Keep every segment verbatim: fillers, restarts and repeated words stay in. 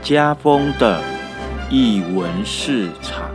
家风的艺文市场。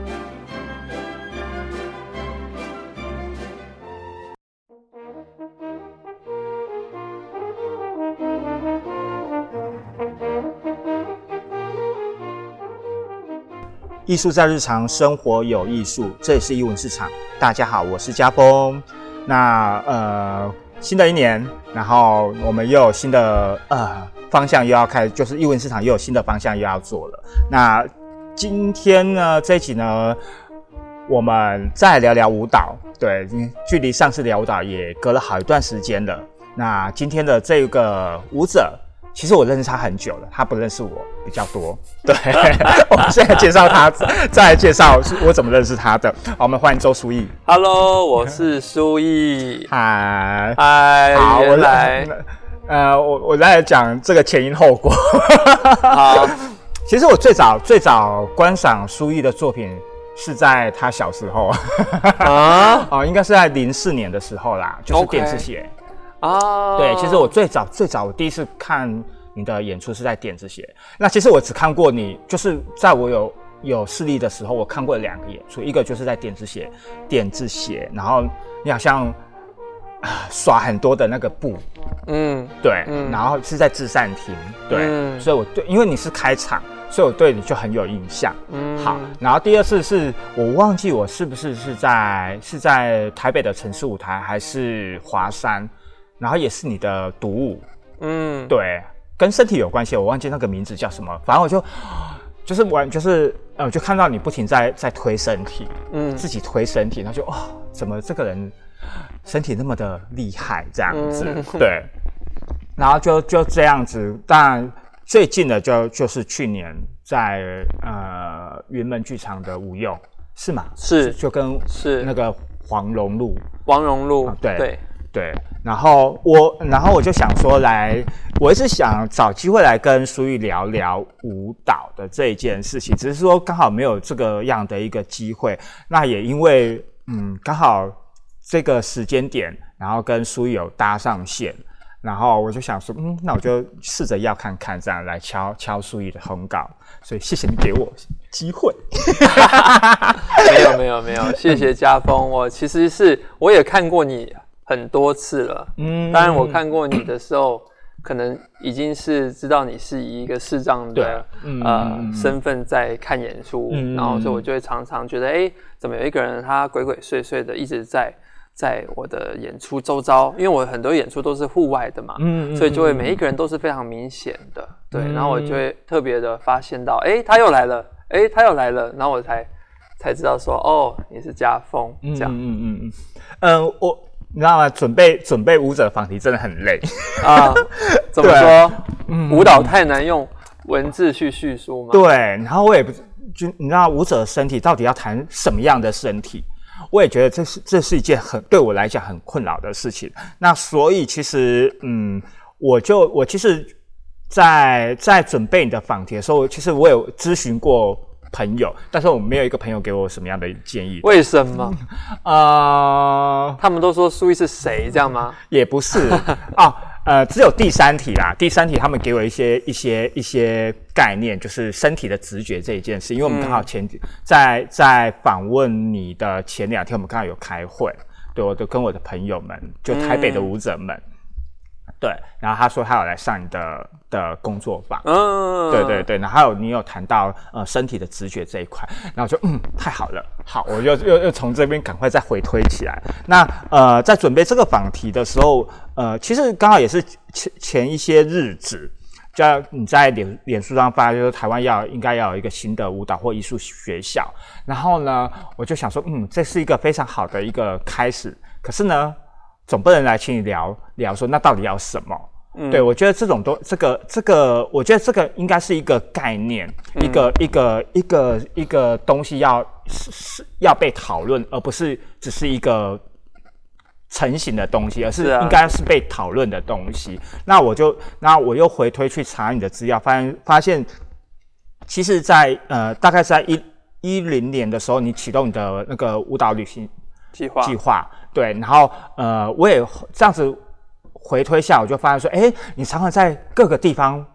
艺术在日常生活有艺术，这也是艺文市场。大家好，我是家风。那呃，新的一年，然后我们又有新的呃方向又要开，就是艺文市场又有新的方向又要做了。那今天呢，这一集呢，我们再聊聊舞蹈。对，距离上次聊舞蹈也隔了好一段时间了。那今天的这个舞者，其实我认识他很久了，他不认识我比较多。对，我们现在介绍他，再来介绍我怎么认识他的。好，我们欢迎周书毅。 Hello， 我是书毅。 嗨， 嗨， 好， 原来， 呃，我我来讲这个前因后果。 好， 其实我最早最早观赏书毅的作品是在他小时候啊，哦，应该是在零四年的时候啦，就是电子鞋。Okay. 啊， 对，其实我最早最早我第一次看你的演出是在电子鞋。那其实我只看过你，就是在我有有视力的时候，我看过两个演出，一个就是在电子鞋，电子鞋，然后你好像啊耍很多的那个布，嗯，对，嗯、然后是在至善厅，对，嗯、所以我对，因为你是开场，所以我对你就很有印象。嗯，好，然后第二次是我忘记我是不是是在是在台北的城市舞台还是华山。然后也是你的独舞，嗯，对，跟身体有关系，我忘记那个名字叫什么，反正我就就是玩，就是呃，我就看到你不停在在推身体，嗯，自己推身体，然后就哦，怎么这个人身体那么的厉害这样子，嗯、对，然后就就这样子，当然最近的就就是去年在呃云门剧场的舞用是吗？ 是， 就跟是那个黄荣禄， 王荣禄， 啊、对对。 对，然后我，然后我就想说来，我一直想找机会来跟书毅聊聊舞蹈的这一件事情，只是说刚好没有这个样的一个机会。那也因为，嗯，刚好这个时间点，然后跟书毅有搭上线，然后我就想说，嗯，那我就试着要看看，这样来敲敲书毅的通告。所以谢谢你给我机会。 没有没有没有，谢谢家风。我其实是我也看过你很多次了，嗯，当然我看过你的时候，可能已经是知道你是以一个视障的、嗯、呃、嗯、身份在看演出，嗯、然后所以我就会常常觉得，哎，怎么有一个人他鬼鬼祟祟的一直在在我的演出周遭，因为我很多演出都是户外的嘛，嗯，所以就会每一个人都是非常明显的，对，嗯、然后我就会特别的发现到，哎，他又来了，哎，他又来了，然后我才才知道说，哦，你是家风这样，嗯嗯嗯嗯， 嗯，我。你知道吗？准备准备舞者访题真的很累啊！怎么说？嗯、舞蹈太难用文字去叙述吗？ 对，然后我也不就你知道舞者的身体到底要谈什么样的身体？我也觉得这是这是一件很对我来讲很困扰的事情。那所以其实嗯，我就我其实在，在在准备你的访题的时候，其实我有咨询过朋友，但是我没有一个朋友给我什么样的建议。 为什么？ 呃， 他们都说书毅是谁，这样吗？ 也不是啊，呃，只有第三题啦。第三题他们给我一些一些一些概念，就是身体的直觉这一件事。因为我们刚好前、嗯、在在访问你的前两天，我们刚好有开会，对，我就跟我的朋友们，就台北的舞者们。嗯对，然后他说他有来上你的的工作坊，嗯，对对对，然后还有你有谈到呃身体的直觉这一块，然后就嗯太好了，好，我就又又从这边赶快再回推起来。那呃在准备这个访题的时候，呃其实刚好也是前前一些日子，就你在脸脸书上发，就是台湾要应该要有一个新的舞蹈或艺术学校，然后呢我就想说，嗯，这是一个非常好的一个开始，可是呢。总不能来请你聊聊说那到底要什么？嗯、对，我觉得这种都这个这个，我觉得这个应该是一个概念，嗯、一个一个一个一个东西要是是要被讨论，而不是只是一个成型的东西，而是应该是被讨论的东西。啊、那我就那我又回推去查你的资料，发现发现，其实在呃大概在一一零年的时候，你启动你的那个舞蹈旅行计划计划。对，然后呃，我也这样子回推下，我就发现说，哎，你常常在各个地方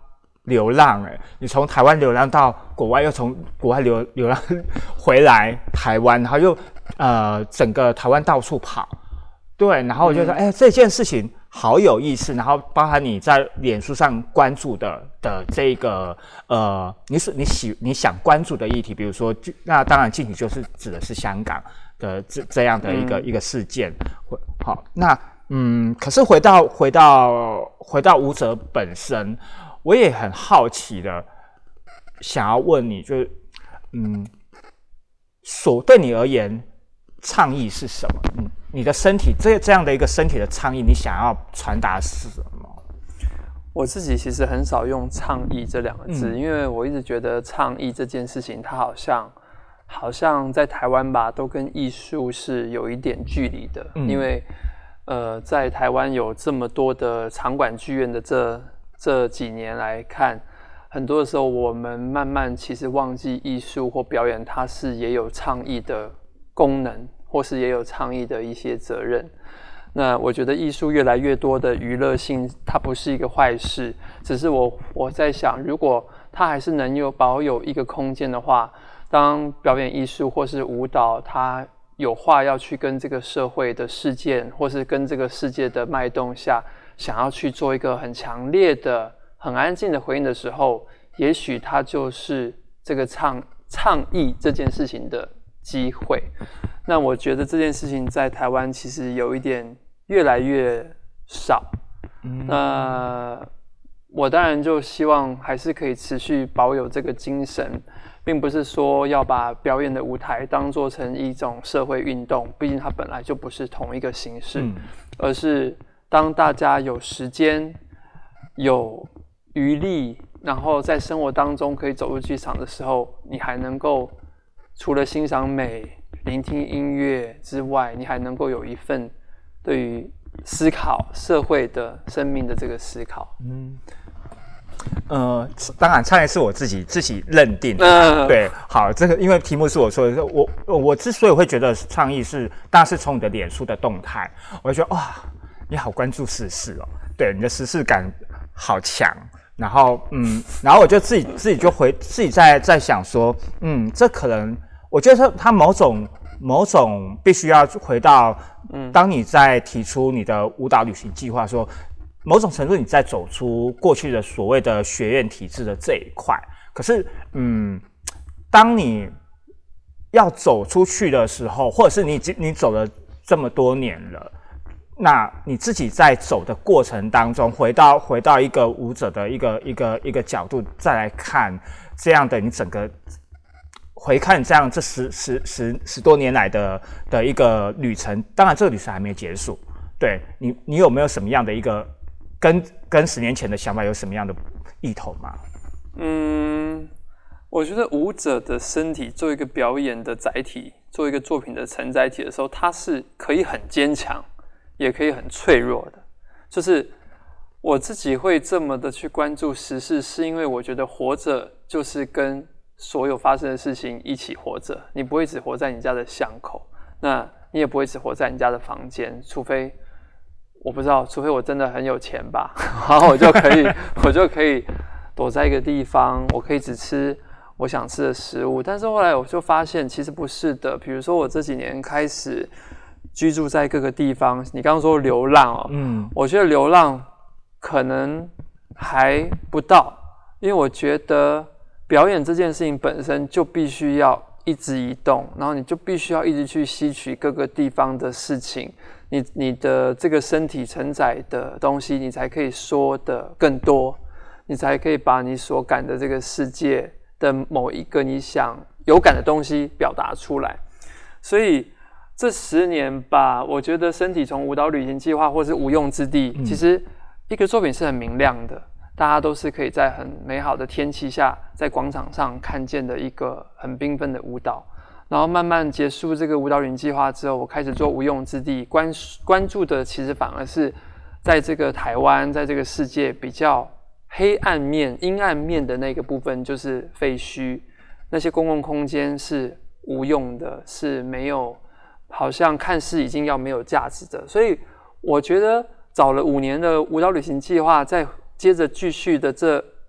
流浪哎、欸，你从台湾流浪到国外，又从国外流流浪回来台湾，然后又呃整个台湾到处跑，对，然后我就说，哎、嗯欸，这件事情好有意思，然后包含你在脸书上关注的的这个呃，你是你喜你想关注的议题，比如说，那当然近期就是指的是香港的这这样的一个、嗯、一个事件，好，那嗯，可是回到回到回到舞者本身。我也很好奇的想要问你，就是嗯，所对你而言，倡议是什么？嗯，你的身体这这样的一个身体的倡议，你想要传达是什么？ 我自己其实很少用倡议这两个字，嗯、因为我一直觉得倡议这件事情，它好像好像在台湾吧，都跟艺术是有一点距离的，嗯、因为呃，在台湾有这么多的场馆剧院的这。这几年来看，很多的时候我们慢慢其实忘记艺术或表演，它是也有倡议的功能，或是也有倡议的一些责任。那我觉得艺术越来越多的娱乐性，它不是一个坏事，只是我我在想，如果它还是能有保有一个空间的话，当表演艺术或是舞蹈，它有话要去跟这个社会的事件，或是跟这个世界的脉动下。想要去做一个很强烈的、很安静的回应的时候，也许它就是这个倡倡议这件事情的机会。那我觉得这件事情在台湾其实有一点越来越少。嗯、那我当然就希望还是可以持续保有这个精神，并不是说要把表演的舞台当作成一种社会运动，毕竟它本来就不是同一个形式，嗯、而是。当大家有时间、有余力，然后在生活当中可以走入剧场的时候，你还能够除了欣赏美、聆听音乐之外，你还能够有一份对于思考社会的生命的这个思考。嗯， 呃，当然，倡议是我自己自己认定的。嗯、对，好，这个因为题目是我说的，我我之所以会觉得倡议是，当然是从你的脸书的动态，我就觉得哇。你好关注时事哦，对，你的时事感好强，然后嗯，然后我就自己自己就回自己在在想说，嗯，这可能我觉得它某种某种必须要回到，嗯，当你在提出你的舞蹈旅行计划说，某种程度你在走出过去的所谓的学院体制的这一块，可是嗯，当你要走出去的时候，或者是你你走了这么多年了。那你自己在走的过程当中，回到回到一个舞者的一个一个一个角度，再来看这样的你整个回看这样这十十十十多年来的的一个旅程。当然，这个旅程还没结束。对你，你有没有什么样的一个跟跟十年前的想法有什么样的异同吗？ 嗯，我觉得舞者的身体做一个表演的载体，做一个作品的承载体的时候，它是可以很坚强。也可以很脆弱的，就是我自己会这么的去关注时事，是因为我觉得活着就是跟所有发生的事情一起活着。你不会只活在你家的巷口，那你也不会只活在你家的房间，除非我不知道，除非我真的很有钱吧，然后我就可以，我就可以躲在一个地方，我可以只吃我想吃的食物。但是后来我就发现，其实不是的。比如说我这几年开始。居住在各个地方，你刚刚说流浪哦，嗯，我觉得流浪可能还不到，因为我觉得表演这件事情本身就必须要一直移动，然后你就必须要一直去吸取各个地方的事情，你你的这个身体承载的东西，你才可以说的更多，你才可以把你所感的这个世界的某一个你想有感的东西表达出来，所以。这十年吧，我觉得身体从舞蹈旅行计划或是无用之地，嗯、其实一个作品是很明亮的，大家都是可以在很美好的天气下，在广场上看见的一个很缤纷的舞蹈。然后慢慢结束这个舞蹈旅行计划之后，我开始做无用之地，关关注的其实反而是在这个台湾，在这个世界比较黑暗面、阴暗面的那个部分，就是废墟，那些公共空间是无用的，是没有。好像看似已经要没有价值的，所以我觉得找了五年的舞蹈旅行计划，再接着继续的这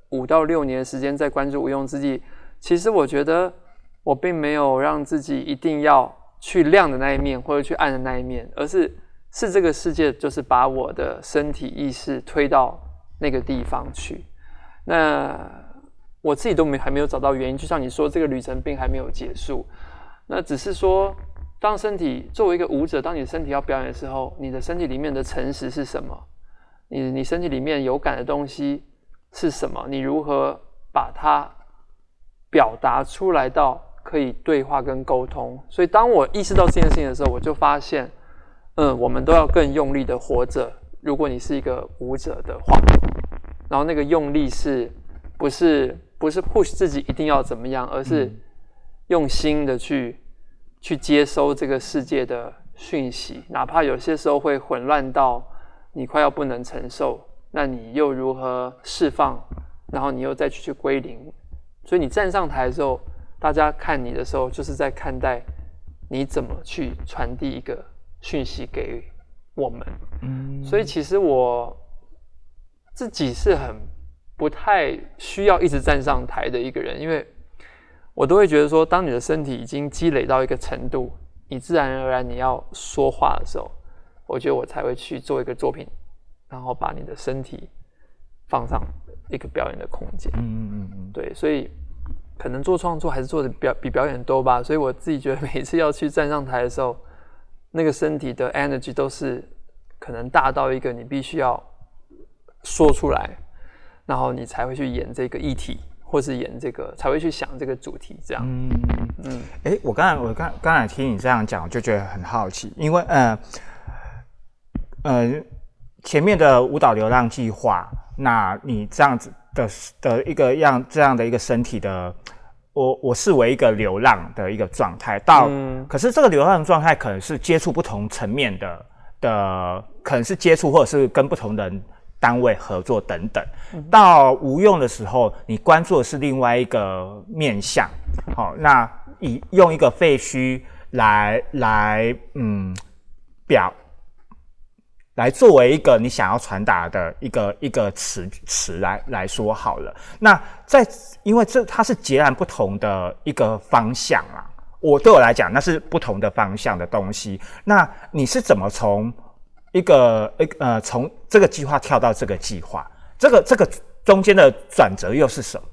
五到六年的时间在关注无用之地，其实我觉得我并没有让自己一定要去亮的那一面或者去暗的那一面，而是是这个世界就是把我的身体意识推到那个地方去。那我自己都没还没有找到原因，就像你说，这个旅程并还没有结束。那只是说，当身体作为一个舞者，当你的身体要表演的时候，你的身体里面的诚实是什么？你你身体里面有感的东西是什么？你如何把它表达出来到可以对话跟沟通？所以当我意识到这件事情的时候，我就发现，嗯，我们都要更用力的活着。如果你是一个舞者的话，然后那个用力是不是不是 push 自己一定要怎么样，而是用心的去去接收这个世界的讯息，哪怕有些时候会混乱到你快要不能承受，那你又如何释放，然后你又再去去归零。所以你站上台的时候，大家看你的时候，就是在看待你怎么去传递一个讯息给我们。嗯，所以其实我自己是很不太需要一直站上台的一个人，因为我都会觉得说，当你的身体已经积累到一个程度，你自然而然你要说话的时候，我觉得我才会去做一个作品，然后把你的身体放上一个表演的空间。嗯嗯嗯，对，所以可能做创作还是做的表比表演多吧。所以我自己觉得每次要去站上台的时候，那个身体的 energy 都是可能大到一个你必须要说出来，然后你才会去演这个议题。或是演这个才会去想这个主题，这样。嗯嗯。哎、欸，我刚才我刚刚才听你这样讲，我就觉得很好奇，因为呃呃前面的舞蹈流浪计划，那你这样子的的一个样这样的一个身体的，我我视为一个流浪的一个状态，到、嗯、可是这个流浪的状态可能是接触不同层面的的，可能是接触或者是跟不同人。单位合作等等，到无用的时候，你关注的是另外一个面向。好，那以用一个废墟来来嗯表来作为一个你想要传达的一个一个词词来来说好了。那在因为这它是截然不同的一个方向啊，我对我来讲那是不同的方向的东西。那你是怎么从一个呃，从这个计划跳到这个计划，这个这个中间的转折又是什么？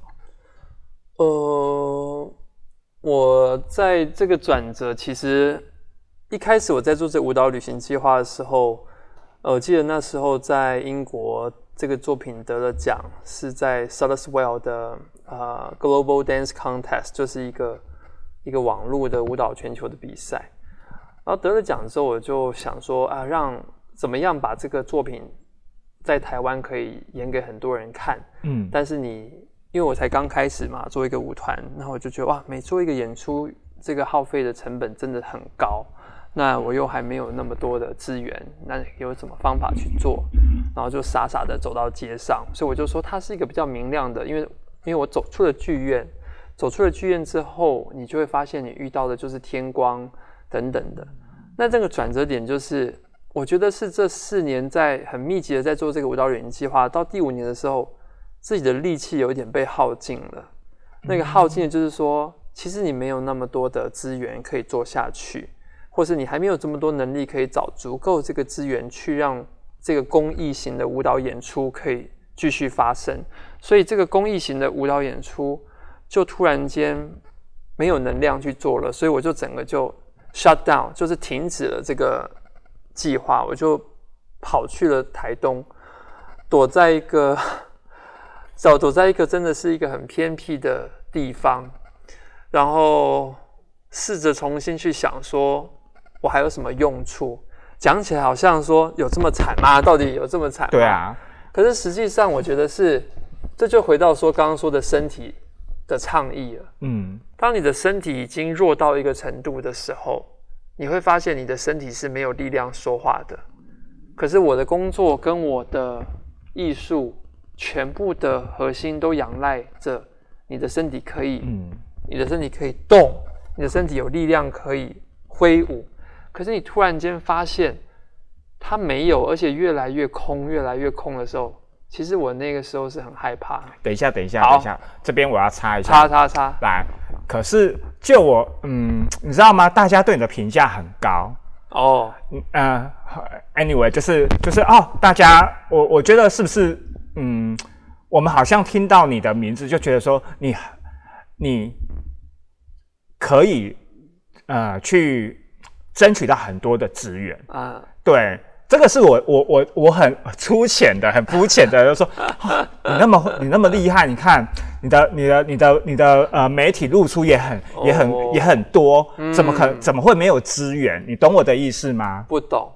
呃，我在这个转折，其实一开始我在做这舞蹈旅行计划的时候，呃，我记得那时候在英国这个作品得了奖，是在 Sutterswell 的呃 Global Dance Contest， 就是一个一个网络的舞蹈全球的比赛。然后得了奖之后，我就想说啊，让怎么样把这个作品在台湾可以演给很多人看？嗯，但是你因为我才刚开始嘛，做一个舞团，然后我就觉得哇，每做一个演出，这个耗费的成本真的很高。那我又还没有那么多的资源，那有什么方法去做？然后就傻傻的走到街上，所以我就说它是一个比较明亮的，因为因为我走出了剧院，走出了剧院之后，你就会发现你遇到的就是天光等等的。那这个转折点就是。我觉得是这四年在很密集的在做这个舞蹈旅行计划，到第五年的时候，自己的力气有一点被耗尽了。那个耗尽的就是说，其实你没有那么多的资源可以做下去，或是你还没有这么多能力可以找足够这个资源去让这个公益型的舞蹈演出可以继续发生。所以这个公益型的舞蹈演出就突然间没有能量去做了，所以我就整个就 shut down， 就是停止了这个。计划，我就跑去了台东，躲在一个，找躲在一个真的是一个很偏僻的地方，然后试着重新去想说，我还有什么用处？讲起来好像说有这么惨吗？到底有这么惨吗？ 对啊。 可是实际上，我觉得是，这就回到说刚刚说的身体的倡议了。嗯，当你的身体已经弱到一个程度的时候。你会发现你的身体是没有力量说话的，可是我的工作跟我的艺术全部的核心都仰赖着你的身体可以，嗯，你的身体可以动，你的身体有力量可以挥舞。可是你突然间发现它没有，而且越来越空，越来越空的时候， 其实我那个时候是很害怕。 等一下，等一下，等一下，这边我要插一下， 插插插， 来。可是就我，嗯，你知道吗？大家对你的评价很高哦。 嗯呃 ，anyway， 就是就是哦，大家，我我觉得是不是，嗯，我们好像听到你的名字就觉得说你你可以呃去争取到很多的资源啊，对。这个是我我我我很粗浅的、很肤浅的，就说、哦、你那么你那么厉害，你看你的你的你的你的呃媒体露出也很也很、哦、也很多，怎么可、嗯、怎么会没有资源？你懂我的意思吗？ 不懂。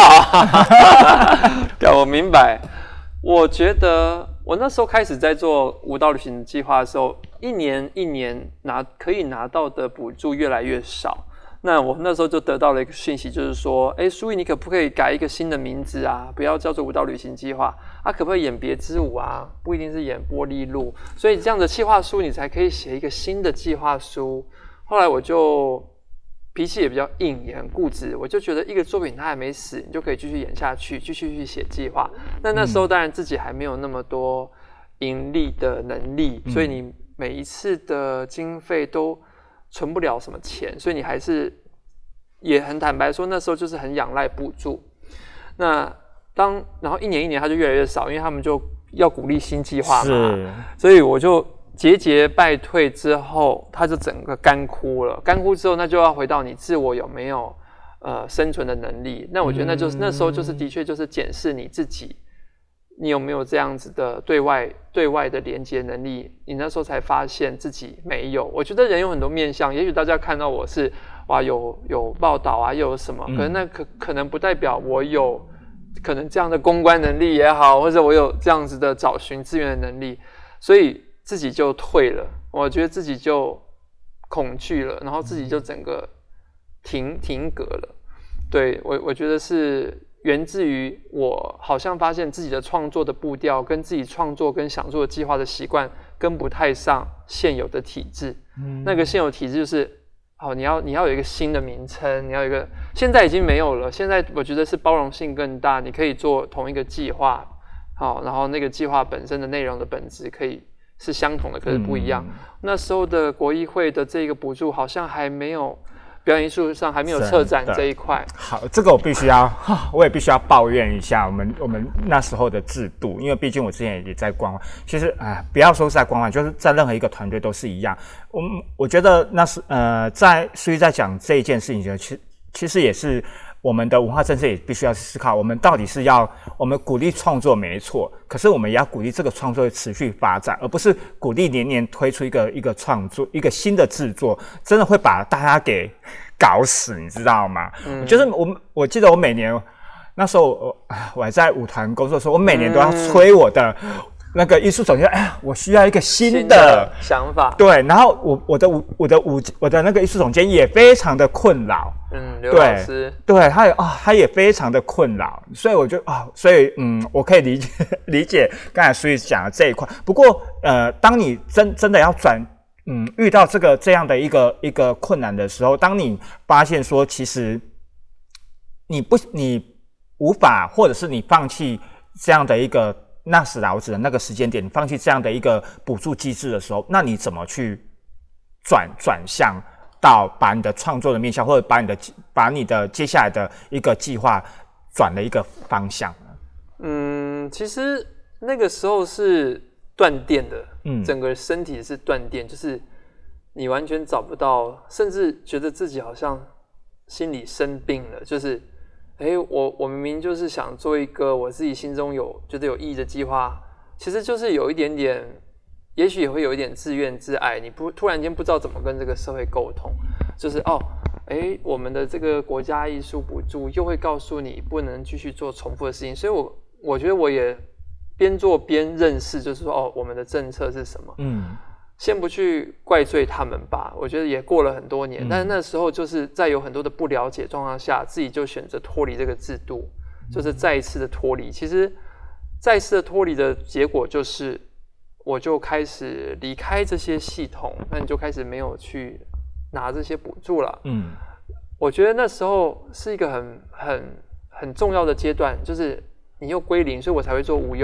对，我明白。我觉得我那时候开始在做舞蹈旅行计划的时候，一年一年拿可以拿到的补助越来越少。那我那时候就得到了一个讯息，就是说，哎，书毅，你可不可以改一个新的名字啊？不要叫做舞蹈旅行计划啊，可不可以演别之舞啊？不一定是演玻璃路，所以这样的企划书你才可以写一个新的计划书。后来我就脾气也比较硬，也很固执，我就觉得一个作品它还没死，你就可以继续演下去，继续去写计划。那那时候当然自己还没有那么多盈利的能力，所以你每一次的经费都存不了什么钱，所以你还是也很坦白说，那时候就是很仰赖补助。那当然后一年一年它就越来越少，因为他们就要鼓励新计划嘛，所以我就节节败退之后，它就整个干枯了。干枯之后，那就要回到你自我有没有呃生存的能力。那我觉得那就是、嗯、那时候就是的确就是检视你自己。你有没有这样子的对外对外的连接能力？你那时候才发现自己没有。我觉得人有很多面向，也许大家看到我是哇有有报道啊，又有什么，可能那可可能不代表我有可能这样的公关能力也好，或者我有这样子的找寻资源的能力，所以自己就退了。我觉得自己就恐惧了，然后自己就整个停停格了。对，我我觉得是。源自于我好像发现自己的创作的步调跟自己创作跟想做的计划的习惯跟不太上现有的体制。嗯，那个现有体制就是好，你要你要有一个新的名称，你要有一个现在已经没有了。现在我觉得是包容性更大，你可以做同一个计划，好，然后那个计划本身的内容的本质可以是相同的，可是不一样。嗯、那时候的国艺会的这个补助好像还没有。表演艺术上还没有策展这一块。 好，这个我必须要，我也必须要抱怨一下我们我们那时候的制度，因为毕竟我之前也在光环，其实啊，不要说是在光环，就是在任何一个团队都是一样。我我觉得那是呃，在所以在讲这一件事情的，其其实也是我们的文化政策也必须要思考，我们到底是要我们鼓励创作没错，可是我们也要鼓励这个创作的持续发展，而不是鼓励年年推出一个一个创作一个新的制作，真的会把大家给搞死，你知道吗？嗯，就是我我记得我每年那时候我我还在舞团工作的时候，我每年都要催我的那个艺术总监，哎呀，我需要一个新的, 新的想法。 对，然后我我的舞我的舞我的那个艺术总监也非常的困扰。 嗯，刘老师， 对，他也啊、哦，他也非常的困扰，所以我就啊、哦，所以嗯，我可以理解理解刚才苏毅讲的这一块。不过呃，当你真真的要转嗯遇到这个这样的一个一个困难的时候，当你发现说其实你不你无法，或者是你放弃这样的一个那时老子的那个时间点，你放弃这样的一个补助机制的时候，那你怎么去转转向？到把你的创作的面向，或者把你的把你的接下来的一个计划转了一个方向呢？ 嗯，其实那个时候是断电的，嗯，整个身体是断电，就是你完全找不到，甚至觉得自己好像心里生病了，就是哎，我我明明就是想做一个我自己心中有觉得有意义的计划，其实就是有一点点。也许也会有一点自怨自艾，你不突然间不知道怎么跟这个社会沟通，就是哦，哎，我们的这个国家艺术补助又会告诉你不能继续做重复的事情，所以我我觉得我也边做边认识，就是说哦，我们的政策是什么，嗯，先不去怪罪他们吧，我觉得也过了很多年，嗯、但是那时候就是在有很多的不了解状况下，自己就选择脱离这个制度，就是再一次的脱离。其实再一次的脱离的结果就是。我就开始离开这些系统，那你就开始没有去拿这些补助了。嗯，我觉得那时候是一个很很很重要的阶段，就是你又归零，所以我才会做无用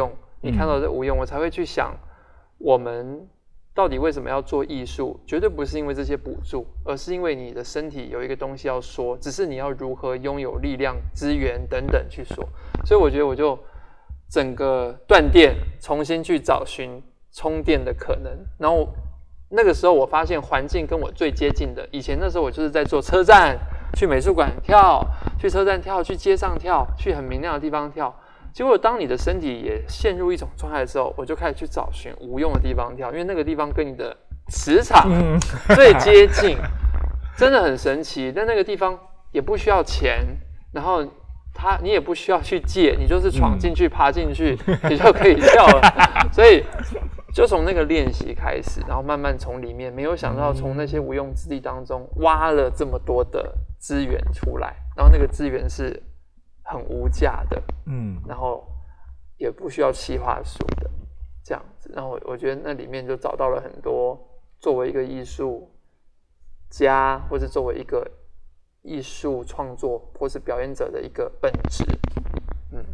你看到的无用，我才会去想，我们到底为什么要做艺术？绝对不是因为这些补助，而是因为你的身体有一个东西要说，只是你要如何拥有力量、资源等等去说。所以我觉得我就整个断电，重新去找寻充电的可能。然后那个时候我发现环境跟我最接近的，以前那时候我就是在做车站，去美术馆跳，去车站跳，去街上跳，去很明亮的地方跳。结果当你的身体也陷入一种状态的时候，我就开始去找寻无用的地方跳，因为那个地方跟你的磁场最接近，真的很神奇。但那个地方也不需要钱，然后它你也不需要去借，你就是闯进去、爬进去，你就可以跳了。所以就从那个练习开始，然后慢慢从里面，没有想到从那些无用之地当中挖了这么多的资源出来，然后那个资源是很无价的，嗯，然后也不需要企划书的这样子，然后我觉得那里面就找到了很多作为一个艺术家，或是作为一个艺术创作或是表演者的一个本质，嗯。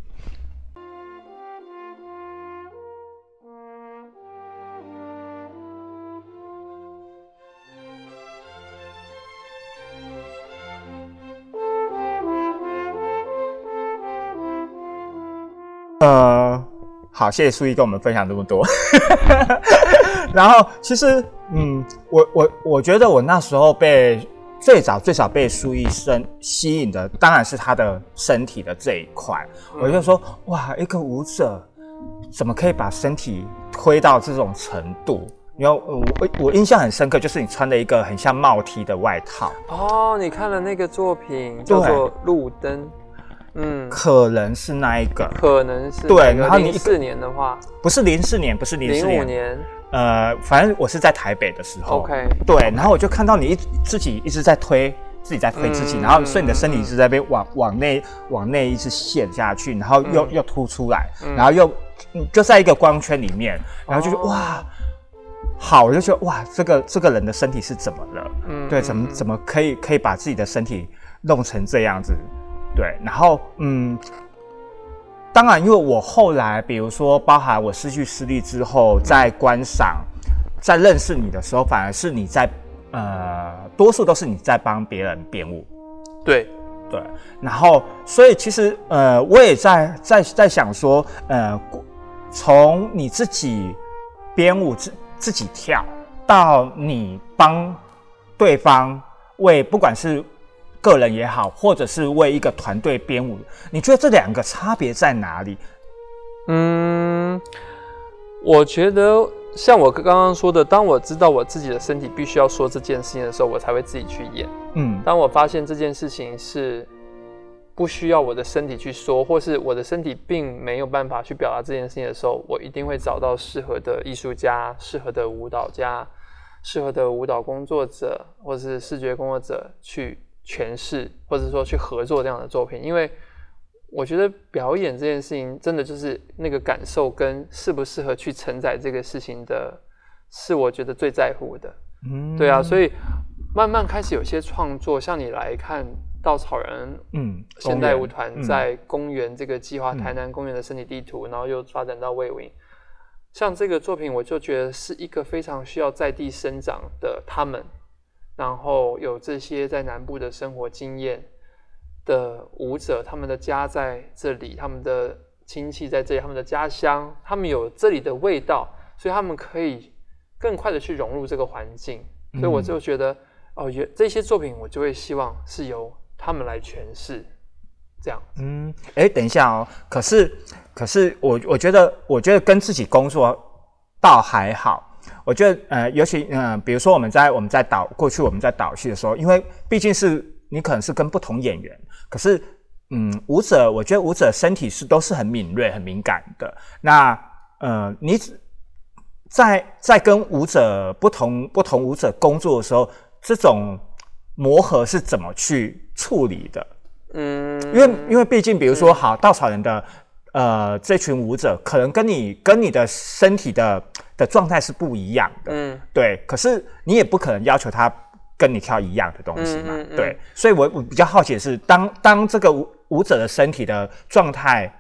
呃，好，谢谢苏毅跟我们分享这么多。然后，其实，嗯，我我我觉得我那时候被最早最早被苏毅身吸引的，当然是他的身体的这一块。嗯、我就说，哇，一个舞者怎么可以把身体推到这种程度？然后我我印象很深刻，就是你穿了一个很像帽 T 的外套。 哦，你看了那个作品叫做《路灯》。嗯， 可能是那一个， 可能是对。然后你零四年的话， 不是零四年，不是零四年， 零五年， 呃，反正我是在台北的时候 ，OK， 对。然后我就看到你一自己一直在推，自己在推自己，嗯、然后所以你的身体一直在被往往内往内一直陷下去，然后又、嗯、又凸出来，嗯、然后又就在一个光圈里面，然后就、哦、哇。好，我就觉得哇，这个这个人的身体是怎么了？嗯，对，怎么怎么可以可以把自己的身体弄成这样子？对，然后嗯，当然，因为我后来，比如说，包含我失去视力之后，在观赏、在认识你的时候，反而是你在呃，多数都是你在帮别人编舞。 对对，然后所以其实呃，我也在在在想说，呃，从你自己编舞自自己跳，到你帮对方为不管是个人也好，或者是为一个团队编舞，你觉得这两个差别在哪里？ 嗯，我觉得像我刚刚说的，当我知道我自己的身体必须要说这件事情的时候，我才会自己去演。嗯，当我发现这件事情是不需要我的身体去说，或是我的身体并没有办法去表达这件事情的时候，我一定会找到适合的艺术家、适合的舞蹈家、适合的舞蹈工作者，或是视觉工作者去诠释，或者说去合作这样的作品。因为我觉得表演这件事情真的就是那个感受跟适不适合去承载这个事情的，是我觉得最在乎的。嗯，对啊，所以慢慢开始有些创作，像你来看稻草人嗯现代舞团在公园这个计划，台南公园的身体地图，然后又发展到卫武营，像这个作品我就觉得是一个非常需要在地生长的他们，然后有这些在南部的生活经验的舞者，他们的家在这里，他们的亲戚在这里，他们的家乡，他们有这里的味道，所以他们可以更快的去融入这个环境。所以我就觉得哦，这些作品我就会希望是由他们来诠释，这样。 嗯，哎，等一下哦，可是可是我我觉得我觉得跟自己工作倒还好。我觉得呃，尤其嗯、呃，比如说我们在我们在导过去我们在导戏的时候，因为毕竟是你可能是跟不同演员，可是嗯，舞者我觉得舞者身体是都是很敏锐、很敏感的。那呃，你在在跟舞者不同不同舞者工作的时候，这种磨合是怎么去处理的？嗯，因为因为毕竟比如说好稻草人的呃这群舞者，可能跟你跟你的身体的的状态是不一样的，嗯，对。可是你也不可能要求他跟你跳一样的东西嘛，嗯嗯嗯对。所以我我比较好奇的是，当当这个舞舞者的身体的状态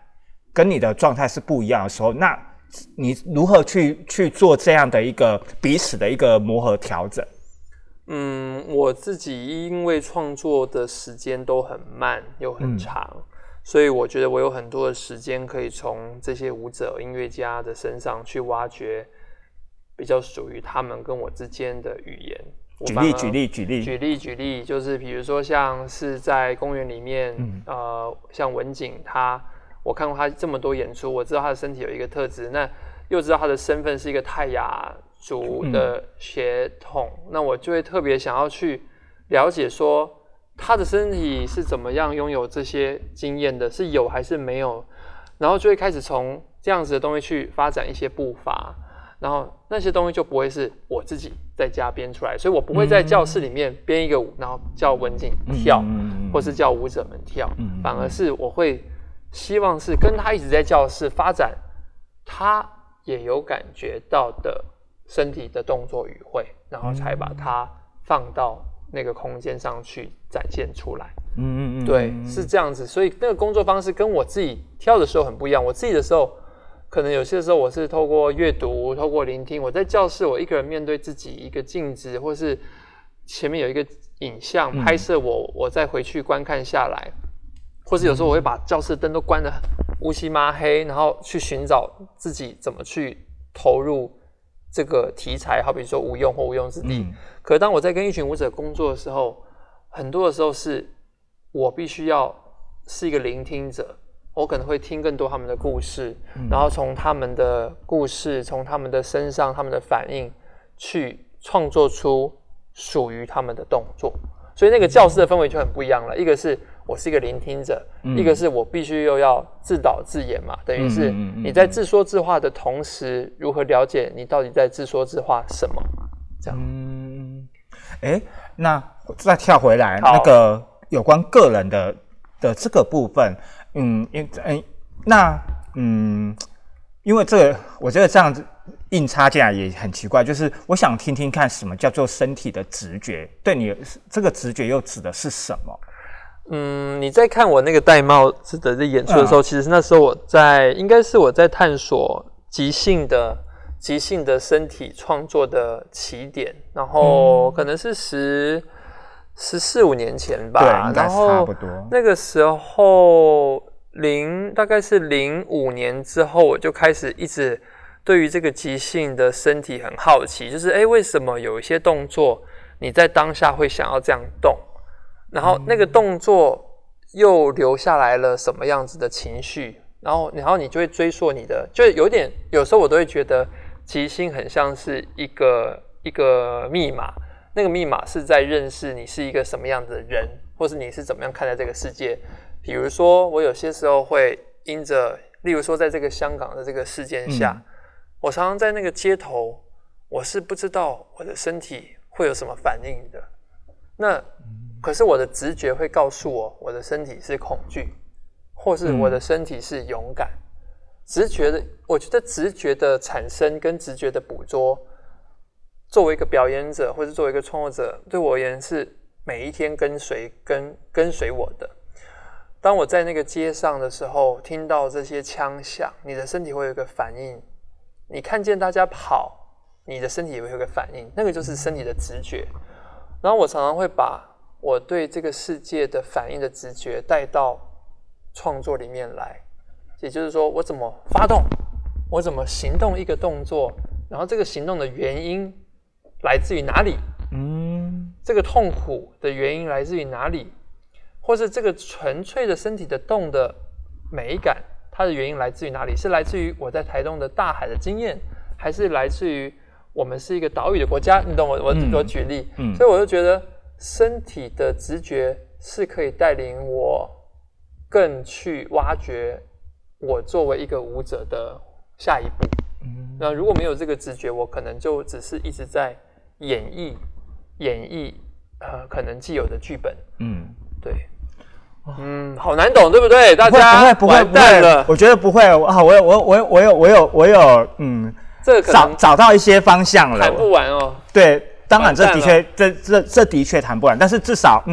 跟你的状态是不一样的时候，那你如何去去做这样的一个彼此的一个磨合调整？ 嗯，我自己因为创作的时间都很慢又很长、嗯，所以我觉得我有很多的时间可以从这些舞者、音乐家的身上去挖掘比较属于他们跟我之间的语言。 举例，举例，举例， 举例，举例，就是比如说像是在公园里面，嗯、呃，像文景他，我看过他这么多演出，我知道他的身体有一个特质，那又知道他的身份是一个泰雅族的血统、嗯，那我就会特别想要去了解说他的身体是怎么样拥有这些经验的，是有还是没有，然后就会开始从这样子的东西去发展一些步伐。然后那些东西就不会是我自己在家编出来，所以我不会在教室里面编一个舞，然后叫文景跳，嗯、或是叫舞者们跳、嗯，反而是我会希望是跟他一直在教室发展，他也有感觉到的身体的动作语汇，然后才把它放到那个空间上去展现出来。嗯嗯嗯，对，是这样子。所以那个工作方式跟我自己跳的时候很不一样。我自己的时候。可能有些时候我是透过阅读，透过聆听。我在教室，我一个人面对自己一个镜子，或是前面有一个影像拍摄我，嗯、我再回去观看下来，或是有时候我会把教室灯都关得乌漆嘛黑，然后去寻找自己怎么去投入这个题材，好比说无用或无用之地。嗯、可是当我在跟一群舞者工作的时候，很多的时候是我必须要是一个聆听者。我可能会听更多他们的故事，嗯、然后从他们的故事，从他们的身上、他们的反应，去创作出属于他们的动作。所以那个教室的氛围就很不一样了。一个是我是一个聆听者，嗯、一个是我必须又要自导自演嘛，等于是你在自说自话的同时，如何了解你到底在自说自话什么？这样。嗯， 哎，那再跳回来，那个有关个人的的这个部分。嗯，因嗯，那嗯，因为这个，我觉得这样子硬插进来也很奇怪。就是我想听听看，什么叫做身体的直觉？对你这个直觉又指的是什么？ 嗯，你在看我那个戴帽子的演出的时候，嗯、其实那时候我在，应该是我在探索即兴的即兴的身体创作的起点，然后可能是十。十四五年前吧， 对，应该差不多。 那个时候零大概是零五年之后，我就开始一直对于这个即兴的身体很好奇，就是哎，为什么有一些动作你在当下会想要这样动，然后那个动作又留下来了什么样子的情绪，然后然后你就会追溯你的，就有点有时候我都会觉得即兴很像是一个一个密码。那个密码是在认识你是一个什么样的人，或是你是怎么样看待这个世界。比如说，我有些时候会因着，例如说，在这个香港的这个事件下，嗯、我常常在那个街头，我是不知道我的身体会有什么反应的。那可是我的直觉会告诉我，我的身体是恐惧，或是我的身体是勇敢。嗯、直觉的，我觉得直觉的产生跟直觉的捕捉。作为一个表演者，或是作为一个创作者，对我而言是每一天跟随跟跟随我的。当我在那个街上的时候，听到这些枪响，你的身体会有一个反应。你看见大家跑，你的身体也会有一个反应，那个就是身体的直觉。然后我常常会把我对这个世界的反应的直觉带到创作里面来，也就是说，我怎么发动，我怎么行动一个动作，然后这个行动的原因来自于哪里？嗯，这个痛苦的原因来自于哪里？或是这个纯粹的身体的动的美感，它的原因来自于哪里？是来自于我在台东的大海的经验，还是来自于我们是一个岛屿的国家？你懂我我我举例，嗯，所以我就觉得身体的直觉是可以带领我更去挖掘我作为一个舞者的下一步。嗯，那如果没有这个直觉，我可能就只是一直在演绎演绎呃可能既有的剧本。嗯，对。嗯，好难懂，对不对？大家不会完蛋了。我觉得不会啊，我有我我我有我有我有嗯， 这个可能找找到一些方向了。 谈不完哦。 对，当然这的确这这这的确谈不完，但是至少嗯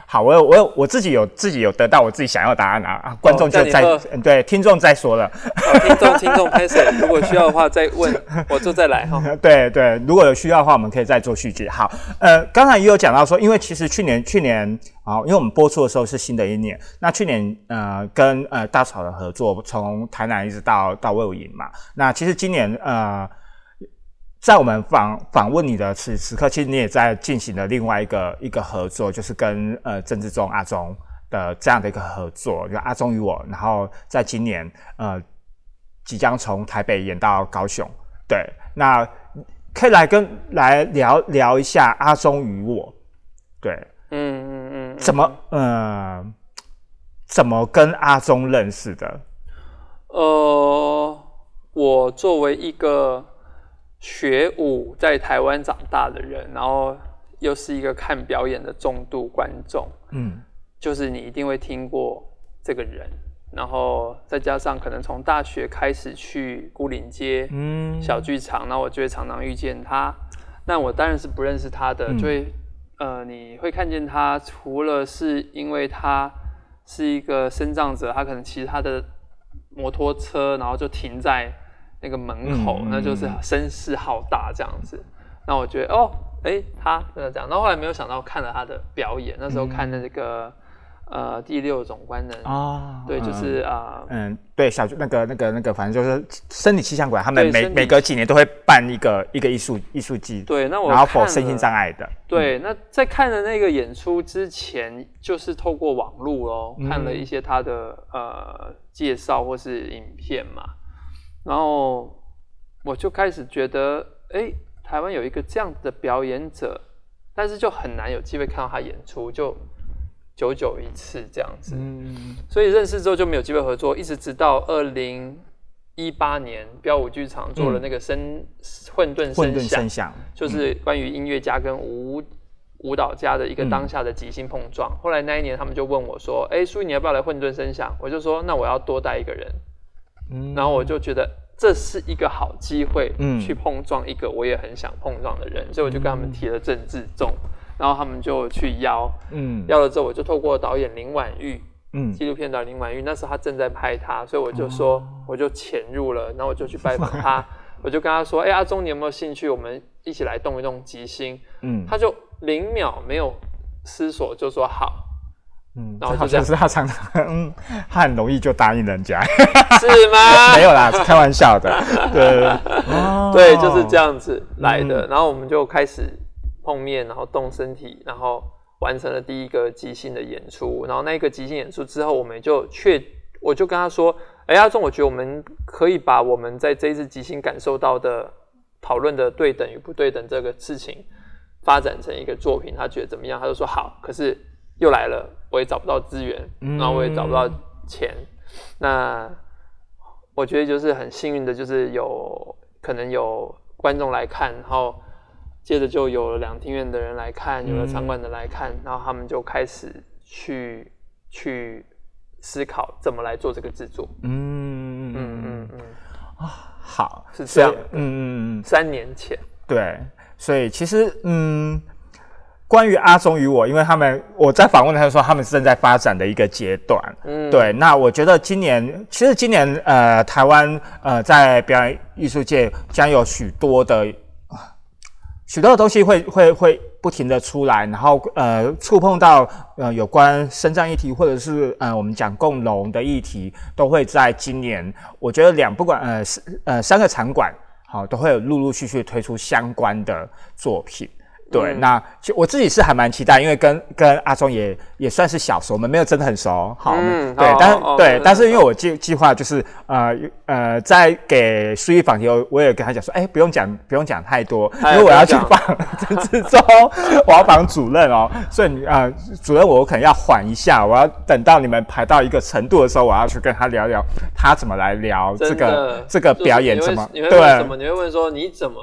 好，我有我有我自己有自己有得到我自己想要的答案啊，啊观众就再、哦、对听众再说了。 哦、听众听众拍摄，如果需要的话再问，我就再来哈。 对对，如果有需要的话，我们可以再做续集。好，呃，刚才也有讲到说，因为其实去年去年啊、哦，因为我们播出的时候是新的一年，那去年呃跟呃大草的合作，从台南一直到到卫武营嘛，那其实今年呃。在我们访访问你的此时刻，其实你也在进行了另外一个一个合作，就是跟呃郑志忠阿忠的这样的一个合作，就阿忠与我，然后在今年呃即将从台北演到高雄，对，那可以来跟来聊聊一下阿忠与我，对，嗯嗯嗯，怎么呃怎么跟阿忠认识的？ 呃，我作为一个学舞在台湾长大的人，然后又是一个看表演的重度观众，嗯，就是你一定会听过这个人，然后再加上可能从大学开始去牯岭街、嗯、小剧场，然后我就会常常遇见他。那我当然是不认识他的，嗯、就会呃，你会看见他，除了是因为他是一个身障者，他可能骑他的摩托车，然后就停在那个门口，嗯、那就是声势浩大这样子。那我觉得哦，哎，他真的这样。然后后来没有想到看了他的表演，那时候看的这个、嗯、呃第六种官能啊，对，就是啊， 嗯、呃，对，小那个那个那个，反正就是身体气象馆，他们每每隔几年都会办一个一个艺术艺术季， 对，那我然后 for 身心障碍的， 对，嗯、那在看的那个演出之前，就是透过网路咯，嗯、看了一些他的呃介绍或是影片嘛。然后我就开始觉得，哎，台湾有一个这样的表演者，但是就很难有机会看到他演出，就久久一次这样子。嗯，所以认识之后就没有机会合作，一直直到二零一八年，标舞剧场做了那个声、嗯、混沌声响，声响就是关于音乐家跟舞舞蹈家的一个当下的即兴碰撞。嗯、后来那一年他们就问我说，哎，舒怡你要不要来混沌声响？我就说，那我要多带一个人。嗯、然后我就觉得这是一个好机会，去碰撞一个我也很想碰撞的人，嗯、所以我就跟他们提了郑志忠，然后他们就去邀，嗯、邀了之后，我就透过导演林婉玉，嗯、纪录片导演林婉玉，那时候他正在拍他，所以我就说，哦、我就潜入了，然后我就去拜访他，我就跟他说，哎、欸，阿忠你有没有兴趣，我们一起来动一动即兴？嗯，他就零秒没有思索就说好。 嗯，然后就这样，是他常常，嗯，他很容易就答应人家， 是吗？ 没有啦，是开玩笑的，对， 哦、对，就是这样子来的。嗯、然后我们就开始碰面，然后动身体，然后完成了第一个即兴的演出。然后那一个即兴演出之后，我们就确，我就跟他说，哎，阿忠，我觉得我们可以把我们在这一次即兴感受到的讨论的对等与不对等这个事情，发展成一个作品。他觉得怎么样？他就说好，可是又来了。我也找不到资源，然后我也找不到钱。嗯、那我觉得就是很幸运的，就是有可能有观众来看，然后接着就有了两厅院的人来看，有了场馆的来看，嗯、然后他们就开始去去思考怎么来做这个制作。嗯嗯嗯嗯啊，好， 是这样的。 嗯嗯嗯， 三年前， 对，所以其实嗯。关于阿忠与我，因为他们我在访问他说他们正在发展的一个阶段，嗯，对。那我觉得今年其实今年呃台湾呃在表演艺术界将有许多的许多的东西会会会不停的出来，然后呃触碰到呃有关身障议题或者是呃我们讲共融的议题，都会在今年我觉得两不管呃呃三个场馆好都会有陆陆续续推出相关的作品。对，嗯、那我自己是还蛮期待，因为跟跟阿忠也也算是小熟，我们没有真的很熟，好，嗯、对，但是、哦、对，哦、但是因为我计计划就是呃呃，在给舒怡访题，我也跟他讲说，哎、欸，不用讲不用讲太多，因为我要去访郑志忠，我要访主任哦，所以呃，主任我可能要缓一下，我要等到你们排到一个程度的时候，我要去跟他聊聊他怎么来聊这个这个表演怎么， 你会问什么？你会问说你怎么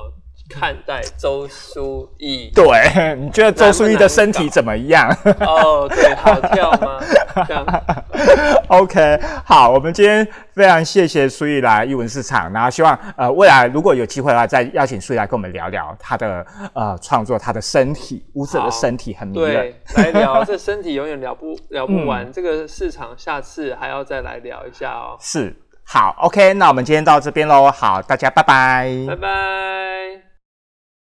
看待周书毅？ 对，你觉得周书毅的身体怎么样？ 哦，对，好跳吗？这样。 OK， 好，我们今天非常谢谢书毅来艺文市场，然后希望呃未来如果有机会的话，再邀请书毅来跟我们聊聊他的呃创作，他的身体，舞者的身体很迷人。 对，来聊这身体永远聊不聊不完、嗯，这个市场下次还要再来聊一下哦。 是，好 ，OK， 那我们今天到这边喽，好，大家拜拜， 拜拜。